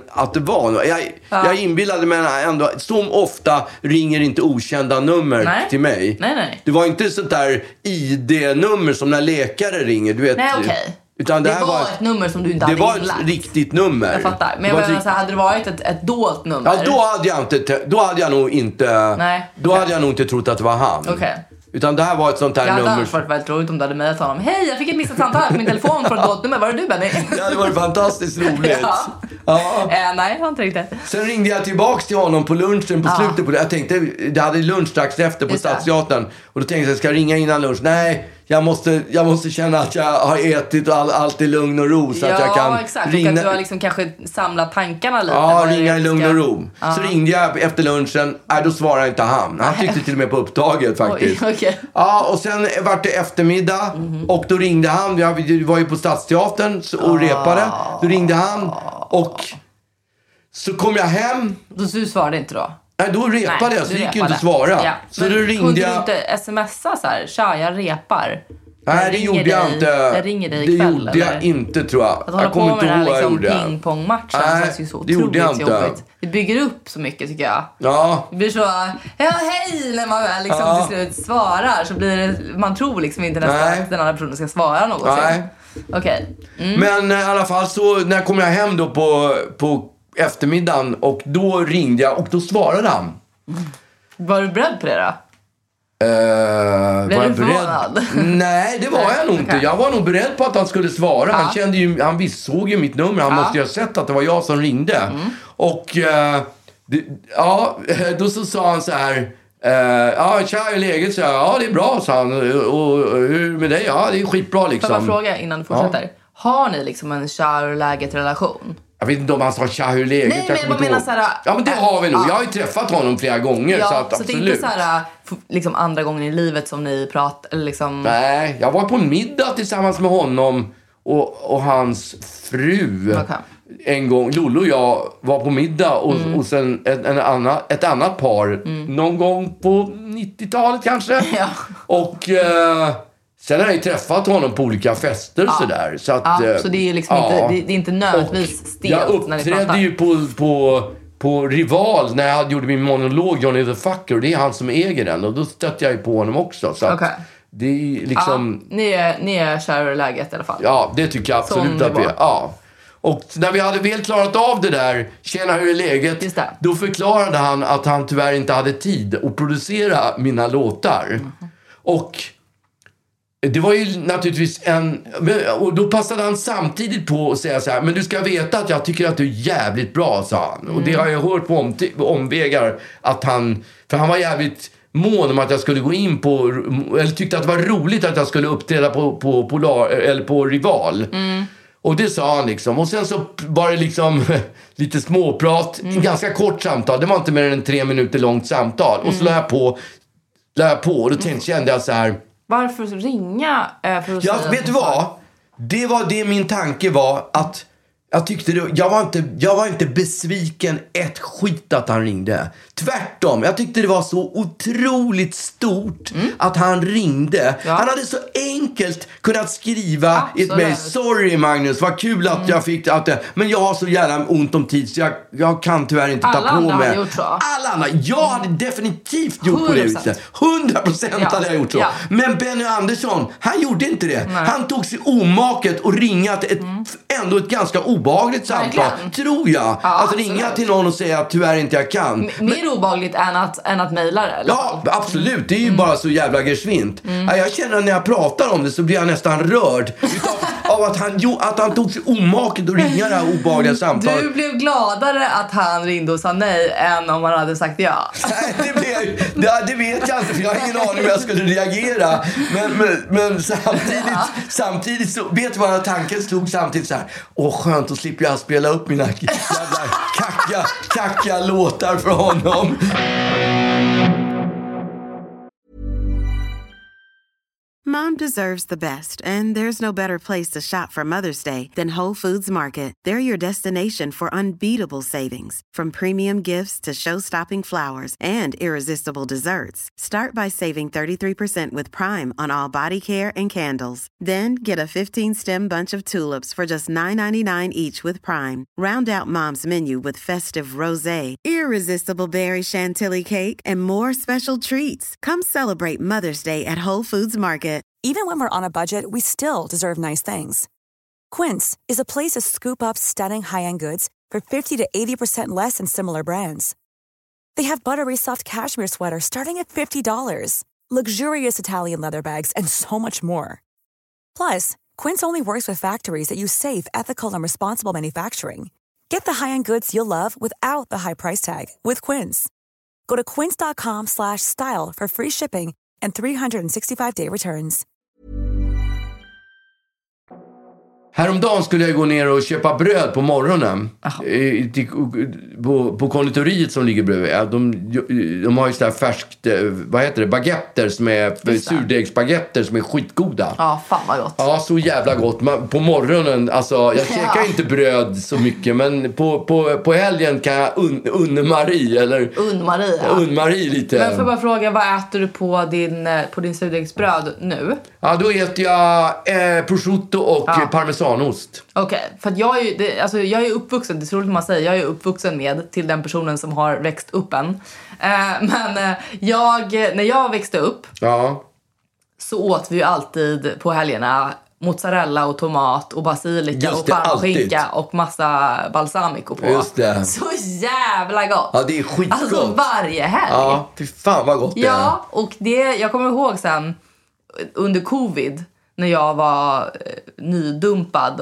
S5: Jag inbillade mig ändå. Som ofta ringer inte okända nummer till mig.
S6: Nej.
S5: Det var inte sånt där ID-nummer som när läkare ringer. Du vet.
S6: Nej, okej.
S5: Utan
S6: det var ett nummer som du inte hade inlagt.
S5: Det var ett riktigt nummer.
S6: Jag fattar. Men jag menar så här, hade det varit ett dolt nummer?
S5: Ja, då hade jag nog inte...
S6: Nej.
S5: Då hade jag nog inte trott att det var han.
S6: Okej.
S5: Utan det här var ett sånt här nummer.
S6: Jag hade varit väldigt roligt om du hade mejlat honom. Hej, jag fick ett missat samtal på min telefon från ett dolt nummer. Var det du, Benny?
S5: Det hade varit fantastiskt roligt.
S6: Nej, jag har inte riktigt.
S5: Sen ringde jag tillbaks till honom på lunchen på slutet på det. Jag tänkte, det hade lunch strax efter på Stadsteatern. Och då tänkte jag, ska jag ringa innan lunch? Nej, jag måste känna att jag har ätit och allt i lugn och ro. Så att jag kan
S6: exakt. Ringa. Och att du har liksom kanske samlat tankarna lite.
S5: Ja, ringa i lugn och ro. Så ringde jag efter lunchen. Då svarade inte han. Han tyckte till och med på upptaget faktiskt.
S6: Okay.
S5: Ja, och sen var det eftermiddag. Och då ringde han. Vi var ju på Stadsteatern och repade. Då ringde han. Och så kom jag hem.
S6: Du svarade inte då?
S5: Nej, då repade jag, så det gick ju inte att svara. Ja.
S6: Så men då ringde jag... Kunde du inte smsa så här, tja, jag repar?
S5: Nej, det gjorde jag inte.
S6: Jag ringer dig ikväll,
S5: det gjorde jag inte, tror jag.
S6: Att hålla på med den här liksom pingpongmatchen känns ju så otroligt jobbigt. Det bygger upp så mycket, tycker jag.
S5: Ja.
S6: Det blir så, hej, när man väl liksom till slut svarar så blir det, man tror liksom inte nästan att den andra personen ska svara något.
S5: Nej.
S6: Okej.
S5: Men i alla fall så, när kom jag hem då på eftermiddagen och då ringde jag och då svarade han.
S6: Var du beredd på det då?
S5: Blev du förvånad? Nej, det var jag nog inte. Jag var nog beredd på att han skulle svara. Han såg ju mitt nummer. Han måste ju ha sett att det var jag som ringde. Och då så sa han så här: tja, hur är läget? Så ja, det är bra, sa han. Och hur med dig? Ja, det är skitbra liksom.
S6: Får jag bara fråga innan du fortsätter? Har ni liksom en kär-läget-relation?
S5: Jag vet inte om han sa tja, hur läget?
S6: Nej, men jag menar såhär...
S5: Ja, men det har vi nog. Jag har ju träffat honom flera gånger, så att absolut.
S6: Så det är inte såhär liksom andra gången i livet som ni pratar, eller liksom...
S5: Nej, jag var på en middag tillsammans med honom och hans fru.
S6: Okay.
S5: En gång, Lollo och jag var på middag och sen ett annat par någon gång på 90-talet kanske.
S6: Ja.
S5: Och... sen har jag ju träffat honom på olika fester sådär. Så att,
S6: så det är liksom inte, det är inte nödvändigtvis stelt.
S5: Jag uppträdde ju på Rival när jag gjorde min monolog Johnny the Fucker. Och det är han som äger den. Och då stötte jag ju på honom också. Så att det är liksom...
S6: Ni är kär i läget i alla fall.
S5: Ja, det tycker jag absolut att vi är. Ja. Och när vi hade väl klarat av det där, tjena hur är läget, då förklarade han att han tyvärr inte hade tid att producera mina låtar. Och Det var ju naturligtvis och då passade han samtidigt på att säga så här: men du ska veta att jag tycker att du är jävligt bra, sa han. Och det har jag hört på omvägar att för han var jävligt mån om att jag skulle gå in på, eller tyckte att det var roligt att jag skulle uppträda på Rival. Och det sa han liksom. Och sen så var det liksom lite småprat, ganska kort samtal. Det var inte mer än 3 minuter långt samtal. Och så la jag på och då kände jag så här:
S6: varför ringa för att
S5: säga? Vet du vad? Det var det min tanke var, att jag tyckte jag var inte besviken ett skit att han ringde. Tvärtom, jag tyckte det var så otroligt stort att han ringde. Ja. Han hade så enkelt kunnat skriva ett mejl: sorry Magnus, vad kul att jag fick det. Men jag har så jävla ont om tid så jag kan tyvärr inte ta på mig. Alla andra. Jag hade definitivt gjort 100%. På det viset. 100% hade jag gjort så. Ja. Men Benny Andersson, han gjorde inte det. Nej. Han tog sig omaket och ringat ändå ett ganska obehagligt samtal. Tror jag. Ja, att ringa till någon och säga att tyvärr inte jag kan.
S6: Mer obehagligt än att mejla det, eller?
S5: Ja, absolut. Det är ju bara så jävla geschwint. Jag känner när jag pratar om det så blir jag nästan rörd av att han tog sig omaket och ringa det här obehagliga samtalet.
S6: Du blev gladare att han ringde och sa nej än om han hade sagt ja.
S5: Nej, det vet jag inte, för jag har ingen aning hur jag skulle reagera. Men samtidigt så vet du vad tanken stod samtidigt så här: skönt, att slipper jag spela upp mina jävla kacka låtar för honom.
S8: Mom deserves the best, and there's no better place to shop for Mother's Day than Whole Foods Market. They're your destination for unbeatable savings, from premium gifts to show-stopping flowers and irresistible desserts. Start by saving 33% with Prime on all body care and candles. Then get a 15-stem bunch of tulips for just $9.99 each with Prime. Round out Mom's menu with festive rosé, irresistible berry chantilly cake, and more special treats. Come celebrate Mother's Day at Whole Foods Market.
S9: Even when we're on a budget, we still deserve nice things. Quince is a place to scoop up stunning high-end goods for 50 to 80% less than similar brands. They have buttery soft cashmere sweaters starting at $50, luxurious Italian leather bags, and so much more. Plus, Quince only works with factories that use safe, ethical, and responsible manufacturing. Get the high-end goods you'll love without the high price tag with Quince. Go to quince.com/style for free shipping and 365-day returns.
S5: Häromdagen skulle jag gå ner och köpa bröd på morgonen på konditoriet som ligger bredvid. De har ju sådär färskt, vad heter det, baguetter som är surdegsbaguetter som är skitgoda.
S6: Ja, fan vad gott.
S5: Ja, så jävla gott. På morgonen, alltså jag käkar inte bröd så mycket, men på helgen kan jag Unn-Marie lite.
S6: Men får jag bara fråga, vad äter du på din surdegsbröd nu?
S5: Ja, då äter jag prosciutto och parmesanost.
S6: Okej, för att jag är uppvuxen, det är roligt man säger, jag är uppvuxen med till den personen som har växt upp än. Men när jag växte upp så åt vi ju alltid på helgerna mozzarella och tomat och basilika och parmaskinka och massa balsamico på.
S5: Just det.
S6: Så jävla gott.
S5: Ja, det är skitgott.
S6: Alltså varje helg.
S5: Ja, fy fan vad gott det är.
S6: Ja, och jag kommer ihåg sen under covid när jag var nydumpad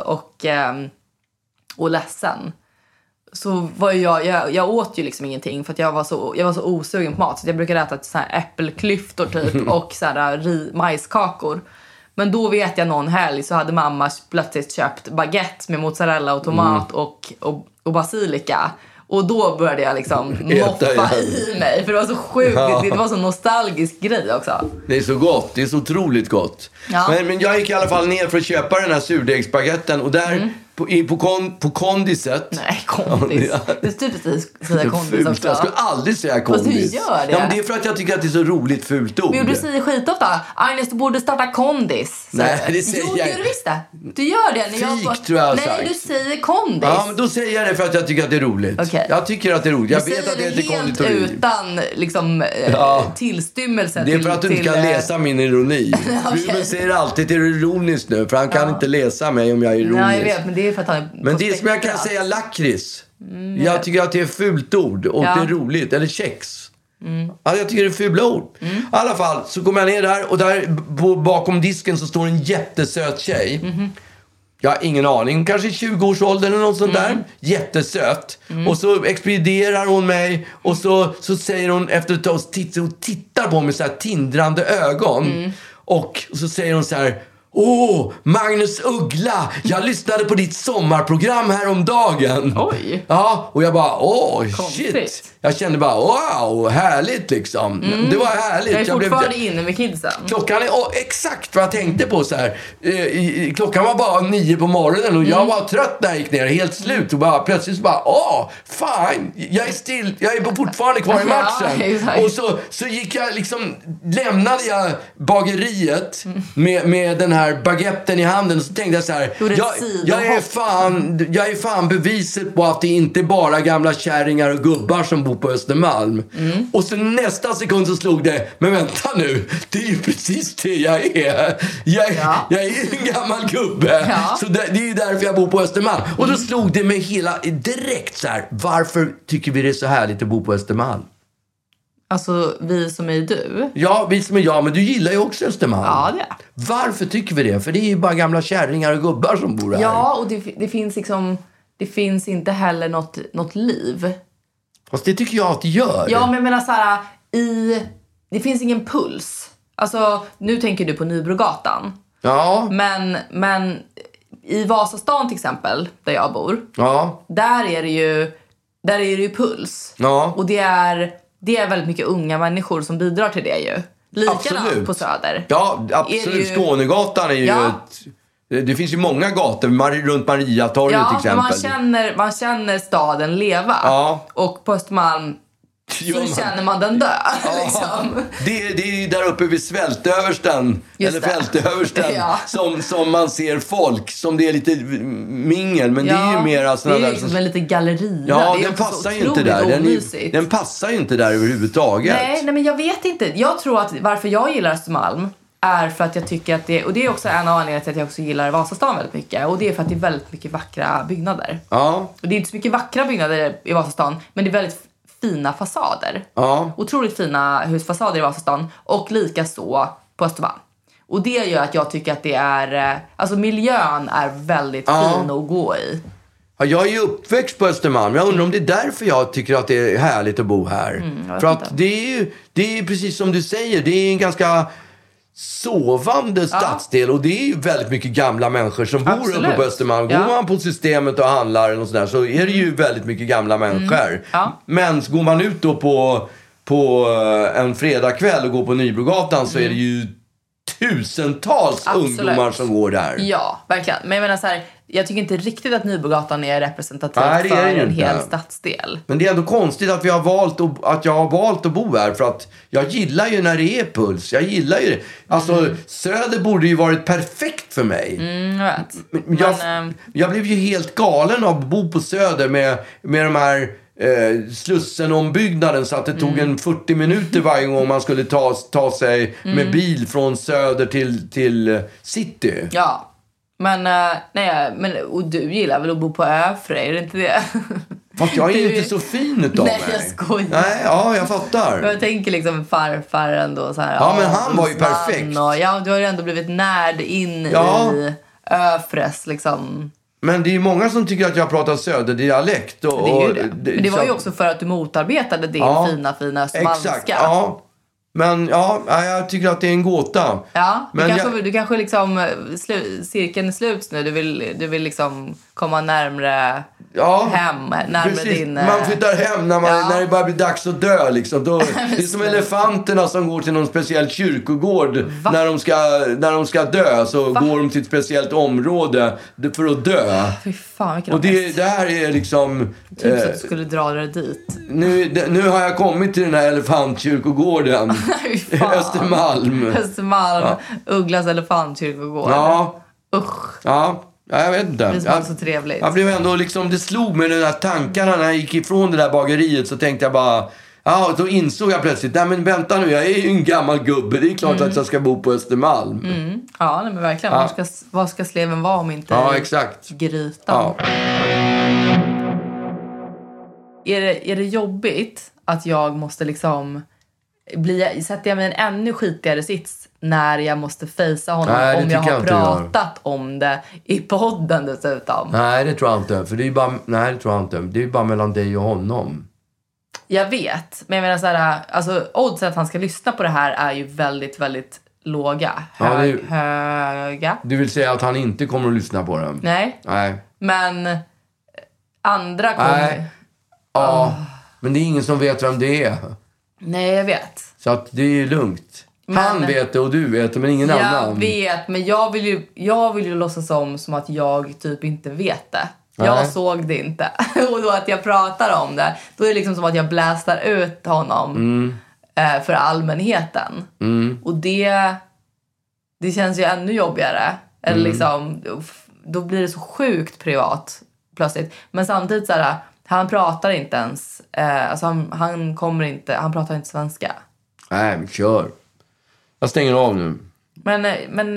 S6: och ledsen, så var jag åt ju liksom ingenting för att jag var så osugen på mat, så jag brukade äta så här äppelklyftor typ och så här majskakor. Men då vet jag någon helg så hade mamma plötsligt köpt baguette med mozzarella och tomat och basilika. Och då började jag liksom moppa i mig. För det var så sjukt, det var så nostalgisk grej också.
S5: Det är så gott, det är så otroligt gott. Ja. Men jag gick i alla fall ner för att köpa den här surdegsbaguetten. Och där på kondiset.
S6: Nej, kondis. Det är typiskt att säga kondis också.
S5: Jag skulle aldrig säga kondis.
S6: Fast du gör det.
S5: Ja, men det är för att jag tycker att det är så roligt fult ord.
S6: Men du säger skitofta, Agnes, du borde starta kondis.
S5: Nej, det säger jag.
S6: Jo, det gör du visst det. Du gör det.
S5: Fik, tror jag.
S6: Nej, du säger kondis.
S5: Ja, men då säger jag det för att jag tycker att det är roligt.
S6: Okay.
S5: Jag tycker att det är roligt. Jag vet att det är inte konditori.
S6: Utan liksom tillstymmelse.
S5: Det är för att du inte kan läsa min ironi. Ruben säger alltid till ironiskt nu, för han kan inte läsa mig om jag är ironisk.
S6: Nej, jag vet, men det är för att han
S5: men det är som jag kan säga lakrits. Jag tycker att det är fult ord och det är roligt. Eller kex. Alltså, jag tycker det är fula ord. I alla fall så kommer jag ner där och där bakom disken så står en jättesöt tjej. Jag har ingen aning, kanske 20-årsåldern eller något sånt där. Jättesöt. Och så expedierar hon mig och så säger hon efter ett tag, tittar på mig så här tindrande ögon. Och så säger hon så här: Magnus Uggla, jag lyssnade på ditt sommarprogram här om dagen.
S6: Oj.
S5: Ja, och jag bara, shit. Jag kände bara, wow, härligt liksom. Det var härligt.
S6: Jag är fortfarande inne med kidsen.
S5: Klockan är exakt vad jag tänkte på så här. Klockan var bara 9 på morgonen och jag var trött när jag gick ner, helt slut. Och bara, plötsligt så bara, fine. Jag är fortfarande kvar i matchen. Och så gick jag liksom, lämnade jag bageriet med den här baguetten i handen. Och så tänkte jag så här, jag är fan beviset på att det inte bara gamla kärringar och gubbar som bor på Östermalm. Och så nästa sekund så slog det, men vänta nu, det är ju precis det jag är. Jag är ju en gammal gubbe. Så det är ju därför jag bor på Östermalm. Och då slog det mig direkt så här, varför tycker vi det är så härligt att bo på Östermalm?
S6: Alltså, vi som är du.
S5: Ja, vi som är jag, men du gillar ju också Östermalm.
S6: Ja, det är.
S5: Varför tycker vi det? För det är ju bara gamla kärringar och gubbar som bor här.
S6: Ja, och det finns liksom, det finns inte heller något liv. Fast
S5: det tycker jag att det gör.
S6: Ja, men jag menar så här, det finns ingen puls. Alltså, nu tänker du på Nybrogatan.
S5: Ja.
S6: Men i Vasastan till exempel, där jag bor.
S5: Ja.
S6: Där är det ju puls. Ja. Och det är väldigt mycket unga människor som bidrar till det ju. Likadant på Söder.
S5: Ja, absolut. Skånegatan är ju det finns ju många gator runt Mariatorget till exempel.
S6: Men man känner staden leva. Ja. Och på Östermalm så känner man den dö. Ja. Liksom.
S5: Det är där uppe vid Svältöversten. Eller Fältöversten. Som man ser folk. Som det är lite mingel. Men det är ju mer sådana där. Det är liksom
S6: lite galleria.
S5: Ja, den passar ju inte där. Den passar ju inte där överhuvudtaget.
S6: Nej, men jag vet inte. Jag tror att varför jag gillar Östermalm är för att jag tycker att och det är också en av anledningarna till att jag också gillar Vasastan väldigt mycket. Och det är för att det är väldigt mycket vackra byggnader. Ja. Och det är inte så mycket vackra byggnader i Vasastan, men det är väldigt fina fasader. Ja. Otroligt fina husfasader i Vasastan. Och lika så på Östermalm. Och det gör att jag tycker att det är, alltså miljön är väldigt fin att gå i.
S5: Ja, jag är ju uppväxt på Östermalm. Jag undrar om det är därför jag tycker att det är härligt att bo här. För att det är precis som du säger, det är en ganska sovande stadsdel och det är ju väldigt mycket gamla människor som bor uppe på Östermalm. Går man på Systemet och handlar och sådär, så är det ju väldigt mycket gamla människor. Men går man ut då på en fredagkväll och går på Nybrogatan så är det ju tusentals ungdomar som går där.
S6: Ja, verkligen. Men jag menar så här, jag tycker inte riktigt att Nybrogatan är representativt för en hel stadsdel.
S5: Men det är ändå konstigt att jag har valt att bo här. För att jag gillar ju när det är puls. Jag gillar ju det. Alltså, Söder borde ju varit perfekt för mig.
S6: Jag vet.
S5: Jag blev ju helt galen av att bo på Söder med de här Slussen-ombyggnaden, så att det tog en 40 minuter varje gång man skulle ta sig med bil från Söder till city.
S6: Ja. Men och du gillar väl att bo på Öfre, är det inte det?
S5: Fast jag är inte så fin utav mig.
S6: Nej, jag skojar.
S5: Nej, jag fattar.
S6: Jag tänker liksom farfar ändå så här.
S5: Ja, men han var ju perfekt.
S6: Och, du har ju ändå blivit närd in i Öfres liksom.
S5: Men det är många som tycker att jag pratar söderdialekt.
S6: Det är ju det. Men det var ju också för att du motarbetade din fina östermalmska.
S5: Exakt, ja. Men jag tycker att det är en gåta.
S6: Ja, men du kanske liksom cirkeln är slut nu. Du vill liksom komma närmare hem, närmare din.
S5: Man flyttar hem när det bara blir dags att dö liksom. Det är som elefanterna som går till någon speciell kyrkogård när de ska dö, så går de till ett speciellt område för att dö.
S6: Fy fan,
S5: och det här är liksom
S6: typ så att du skulle dra dig dit.
S5: Nu har jag kommit till den här elefantkyrkogården. Östermalm,
S6: Ugglas elefantkyrkogård.
S5: Ja.
S6: Usch.
S5: Ja, jag vet inte.
S6: Det var så trevligt.
S5: Jag blev ändå liksom, det slog mig de där tankarna när jag gick ifrån det där bageriet, så tänkte jag bara, då insåg jag plötsligt, nej men vänta nu, jag är ju en gammal gubbe, det är klart att jag ska bo på Östermalm.
S6: Ja, men verkligen. Vad ska sleven vara om inte
S5: exakt.
S6: grytan? Ja. Är det jobbigt att jag måste liksom sätter jag mig en ännu skitigare sits när jag måste fejsa honom om jag har pratat om det i podden dessutom.
S5: Nej, det tror jag inte. För det är bara, nej, det tror jag inte. Det är bara mellan dig och honom.
S6: Jag vet. Men jag menar så här, alltså oddsen att han ska lyssna på det här är ju väldigt, väldigt låga. Höga.
S5: Du vill säga att han inte kommer att lyssna på det?
S6: Nej. Men andra kommer... Nej.
S5: Ja, men det är ingen som vet vem det är.
S6: Nej, jag vet.
S5: Så att det är lugnt. Han vet det och du vet det, men ingen annan.
S6: Jag vet, men jag vill ju låtsas som att jag typ inte vet det. Jag såg det inte. Och då att jag pratar om det, då är det liksom som att jag blästar ut honom för allmänheten. Och det känns ju ännu jobbigare. Eller liksom, då blir det så sjukt privat plötsligt. Men samtidigt så här, han pratar inte ens, alltså han pratar inte svenska.
S5: Nej, men kör. Jag stänger av nu.
S6: Men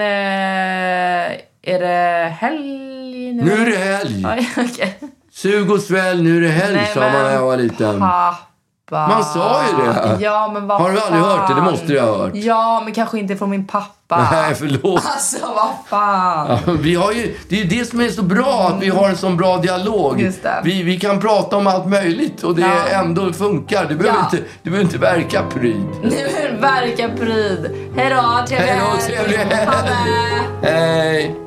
S6: är det helg nu?
S5: Nu är det helg.
S6: Okay.
S5: Sug och svälj, nu är det helg. Nej, sa man när jag var liten.
S6: Pappa.
S5: Man sa ju det.
S6: Ja, men vad
S5: har du aldrig hört det? Det måste du ha hört.
S6: Ja, men kanske inte från min pappa.
S5: Nej, förlåt.
S6: Alltså, vad fan.
S5: Ja, det är ju det som är så bra, att vi har en sån bra dialog.
S6: Just det.
S5: Vi kan prata om allt möjligt och det ändå funkar. Du behöver inte verka pryd.
S6: Du verka pryd. Hej då, trevlig helg.
S5: Hej.